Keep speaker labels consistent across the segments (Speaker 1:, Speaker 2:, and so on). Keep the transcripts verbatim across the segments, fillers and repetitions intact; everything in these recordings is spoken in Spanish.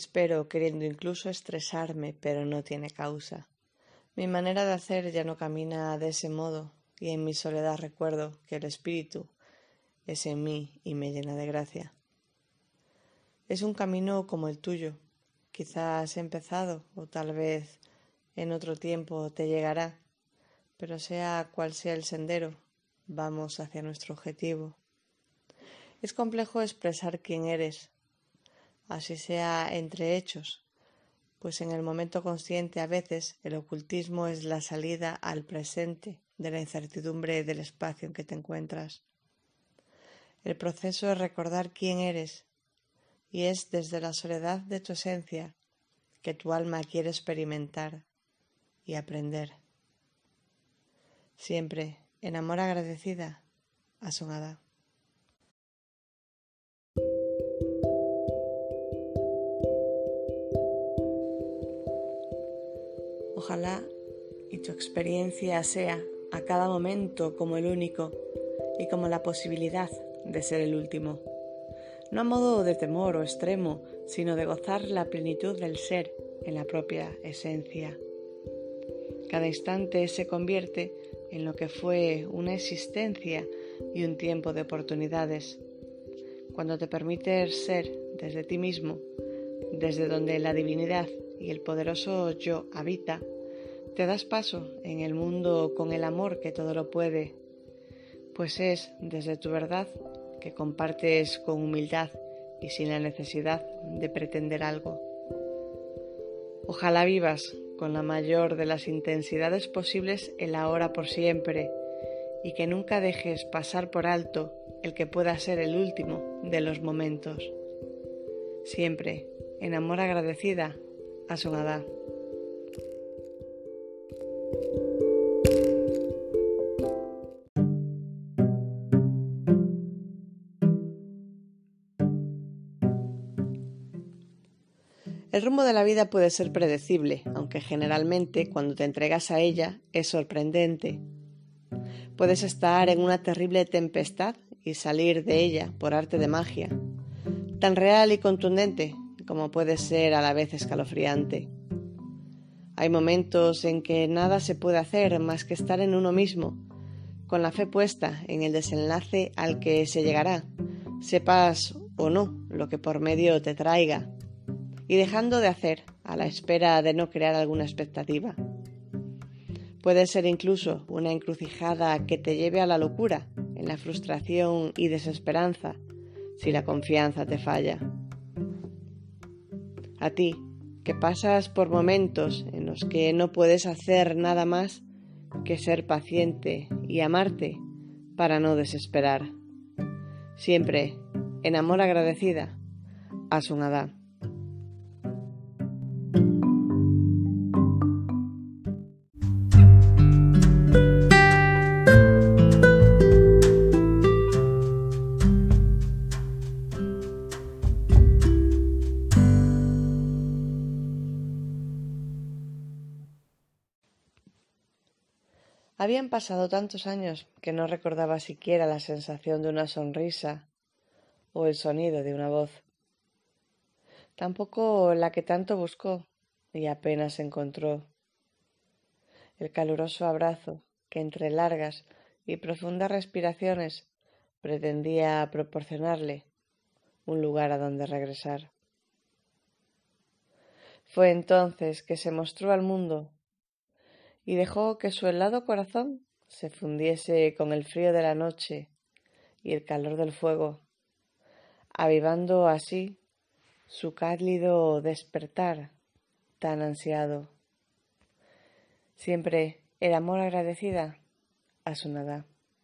Speaker 1: Espero queriendo incluso estresarme, pero no tiene causa. Mi manera de hacer ya no camina de ese modo, y en mi soledad recuerdo que el espíritu es en mí y me llena de gracia. Es un camino como el tuyo. Quizás has empezado, o tal vez en otro tiempo te llegará, pero sea cual sea el sendero, vamos hacia nuestro objetivo. Es complejo expresar quién eres, así sea entre hechos, pues en el momento consciente a veces el ocultismo es la salida al presente de la incertidumbre del espacio en que te encuentras. El proceso es recordar quién eres, y es desde la soledad de tu esencia que tu alma quiere experimentar y aprender. Siempre en amor agradecida, Asongada. Ojalá y tu experiencia sea a cada momento como el único y como la posibilidad de ser el último. No a modo de temor o extremo, sino de gozar la plenitud del ser en la propia esencia. Cada instante se convierte en lo que fue una existencia y un tiempo de oportunidades. Cuando te permites ser desde ti mismo, desde donde la divinidad y el poderoso yo habita, te das paso en el mundo con el amor que todo lo puede, pues es desde tu verdad que compartes con humildad y sin la necesidad de pretender algo. Ojalá vivas con la mayor de las intensidades posibles el ahora por siempre y que nunca dejes pasar por alto el que pueda ser el último de los momentos. Siempre en amor agradecida, Asongada. El rumbo de la vida puede ser predecible, aunque generalmente cuando te entregas a ella es sorprendente. Puedes estar en una terrible tempestad y salir de ella por arte de magia, tan real y contundente como puede ser a la vez escalofriante. Hay momentos en que nada se puede hacer más que estar en uno mismo, con la fe puesta en el desenlace al que se llegará, sepas o no lo que por medio te traiga, y dejando de hacer a la espera de no crear alguna expectativa. Puede ser incluso una encrucijada que te lleve a la locura, en la frustración y desesperanza, si la confianza te falla. A ti, que pasas por momentos en los que no puedes hacer nada más que ser paciente y amarte para no desesperar. Siempre en amor agradecida, Asongada. Habían pasado tantos años que no recordaba siquiera la sensación de una sonrisa o el sonido de una voz. Tampoco la que tanto buscó y apenas encontró. El caluroso abrazo que entre largas y profundas respiraciones pretendía proporcionarle un lugar a donde regresar. Fue entonces que se mostró al mundo y dejó que su helado corazón se fundiese con el frío de la noche y el calor del fuego, avivando así su cálido despertar tan ansiado. Siempre el amor agradecida, Asongada.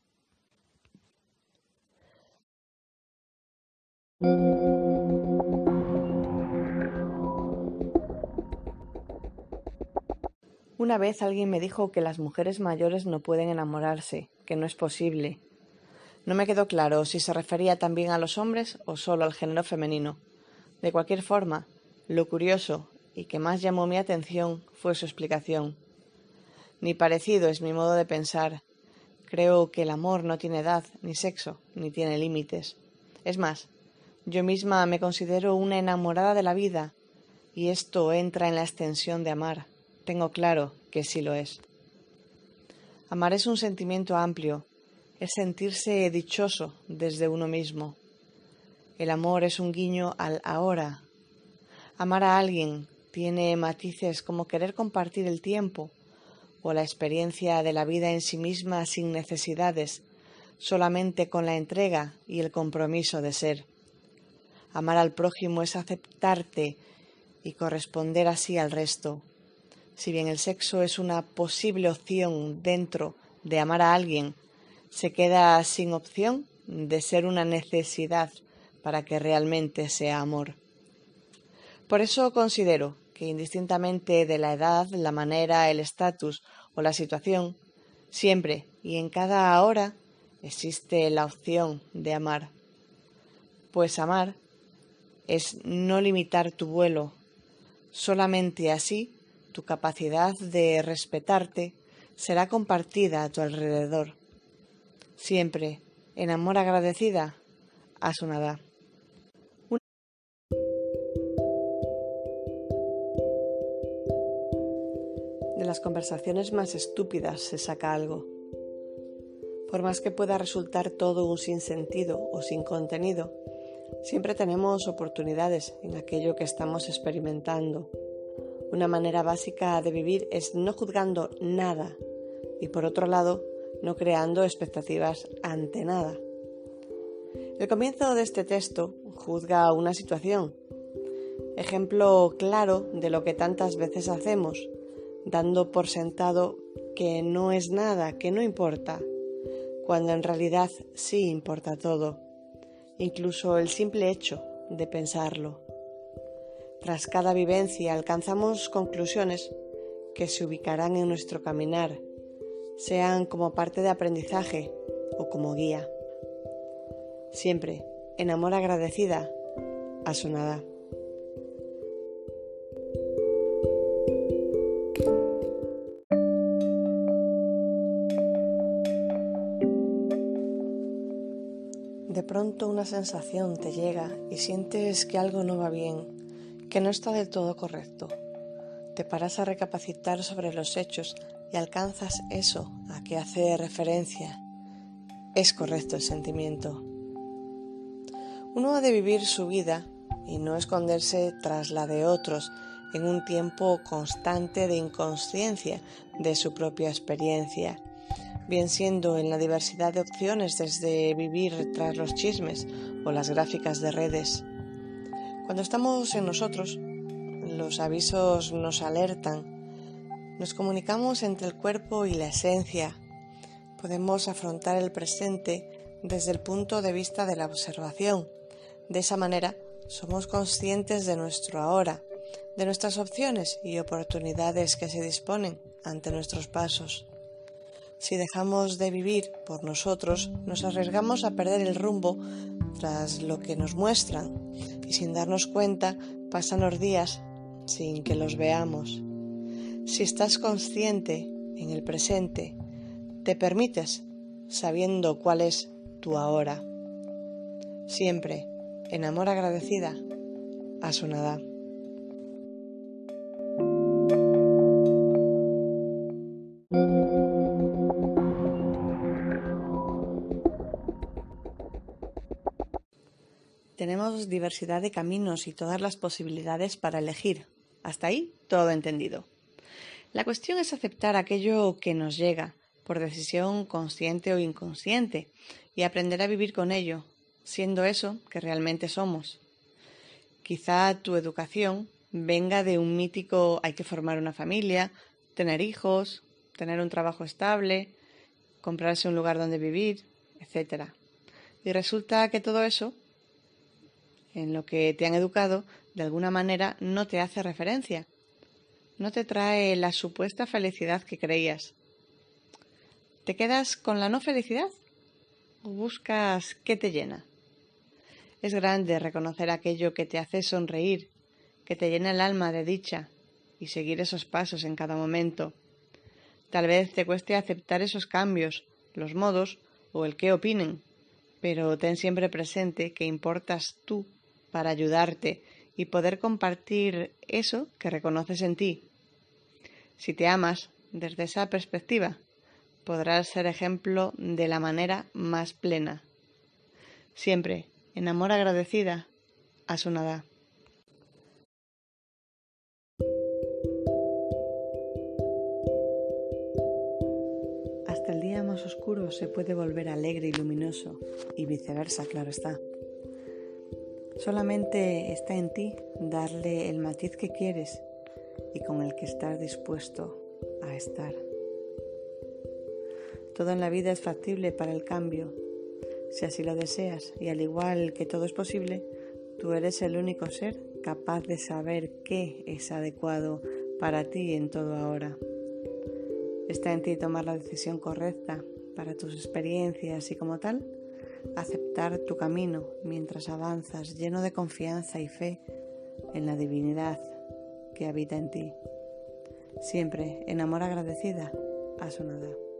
Speaker 1: Una vez alguien me dijo que las mujeres mayores no pueden enamorarse, que no es posible. No me quedó claro si se refería también a los hombres o solo al género femenino. De cualquier forma, lo curioso y que más llamó mi atención fue su explicación. Ni parecido es mi modo de pensar. Creo que el amor no tiene edad, ni sexo, ni tiene límites. Es más, yo misma me considero una enamorada de la vida, y esto entra en la extensión de amar, tengo claro que sí lo es. Amar es un sentimiento amplio, es sentirse dichoso desde uno mismo. El amor es un guiño al ahora. Amar a alguien tiene matices como querer compartir el tiempo o la experiencia de la vida en sí misma sin necesidades, solamente con la entrega y el compromiso de ser. Amar al prójimo es aceptarte y corresponder así al resto. Si bien el sexo es una posible opción dentro de amar a alguien, se queda sin opción de ser una necesidad para que realmente sea amor. Por eso considero que indistintamente de la edad, la manera, el estatus o la situación, siempre y en cada hora existe la opción de amar. Pues amar es no limitar tu vuelo, solamente así tu capacidad de respetarte será compartida a tu alrededor. Siempre, en amor agradecida, Asunada. De las conversaciones más estúpidas se saca algo. Por más que pueda resultar todo un sinsentido o sin contenido, siempre tenemos oportunidades en aquello que estamos experimentando. Una manera básica de vivir es no juzgando nada y, por otro lado, no creando expectativas ante nada. El comienzo de este texto juzga una situación, ejemplo claro de lo que tantas veces hacemos, dando por sentado que no es nada, que no importa, cuando en realidad sí importa todo, incluso el simple hecho de pensarlo. Tras cada vivencia alcanzamos conclusiones que se ubicarán en nuestro caminar, sean como parte de aprendizaje o como guía. Siempre, en amor agradecida, Asunada. De pronto una sensación te llega y sientes que algo no va bien, que no está del todo correcto. Te paras a recapacitar sobre los hechos y alcanzas eso a que hace referencia. Es correcto el sentimiento. Uno ha de vivir su vida y no esconderse tras la de otros en un tiempo constante de inconsciencia de su propia experiencia, bien siendo en la diversidad de opciones desde vivir tras los chismes o las gráficas de redes. Cuando estamos en nosotros, los avisos nos alertan, nos comunicamos entre el cuerpo y la esencia, podemos afrontar el presente desde el punto de vista de la observación. De esa manera, somos conscientes de nuestro ahora, de nuestras opciones y oportunidades que se disponen ante nuestros pasos. Si dejamos de vivir por nosotros, nos arriesgamos a perder el rumbo tras lo que nos muestran y sin darnos cuenta pasan los días sin que los veamos. Si estás consciente en el presente, te permites sabiendo cuál es tu ahora. Siempre, en amor agradecida, Asunada. Tenemos diversidad de caminos y todas las posibilidades para elegir. Hasta ahí, todo entendido. La cuestión es aceptar aquello que nos llega, por decisión consciente o inconsciente, y aprender a vivir con ello, siendo eso que realmente somos. Quizá tu educación venga de un mítico hay que formar una familia, tener hijos, tener un trabajo estable, comprarse un lugar donde vivir, etcétera. Y resulta que todo eso, en lo que te han educado, de alguna manera no te hace referencia. No te trae la supuesta felicidad que creías. ¿Te quedas con la no felicidad o buscas qué te llena? Es grande reconocer aquello que te hace sonreír, que te llena el alma de dicha y seguir esos pasos en cada momento. Tal vez te cueste aceptar esos cambios, los modos o el qué opinen, pero ten siempre presente que importas tú para ayudarte y poder compartir eso que reconoces en ti. Si te amas desde esa perspectiva, podrás ser ejemplo de la manera más plena. Siempre en amor agradecida, Asunada. Hasta el día más oscuro se puede volver alegre y luminoso, y viceversa, claro está. Solamente está en ti darle el matiz que quieres y con el que estás dispuesto a estar. Todo en la vida es factible para el cambio, si así lo deseas, y al igual que todo es posible, tú eres el único ser capaz de saber qué es adecuado para ti en todo ahora. Está en ti tomar la decisión correcta para tus experiencias y, como tal, aceptar tu camino mientras avanzas lleno de confianza y fe en la divinidad que habita en ti. Siempre en amor agradecida, Asunada.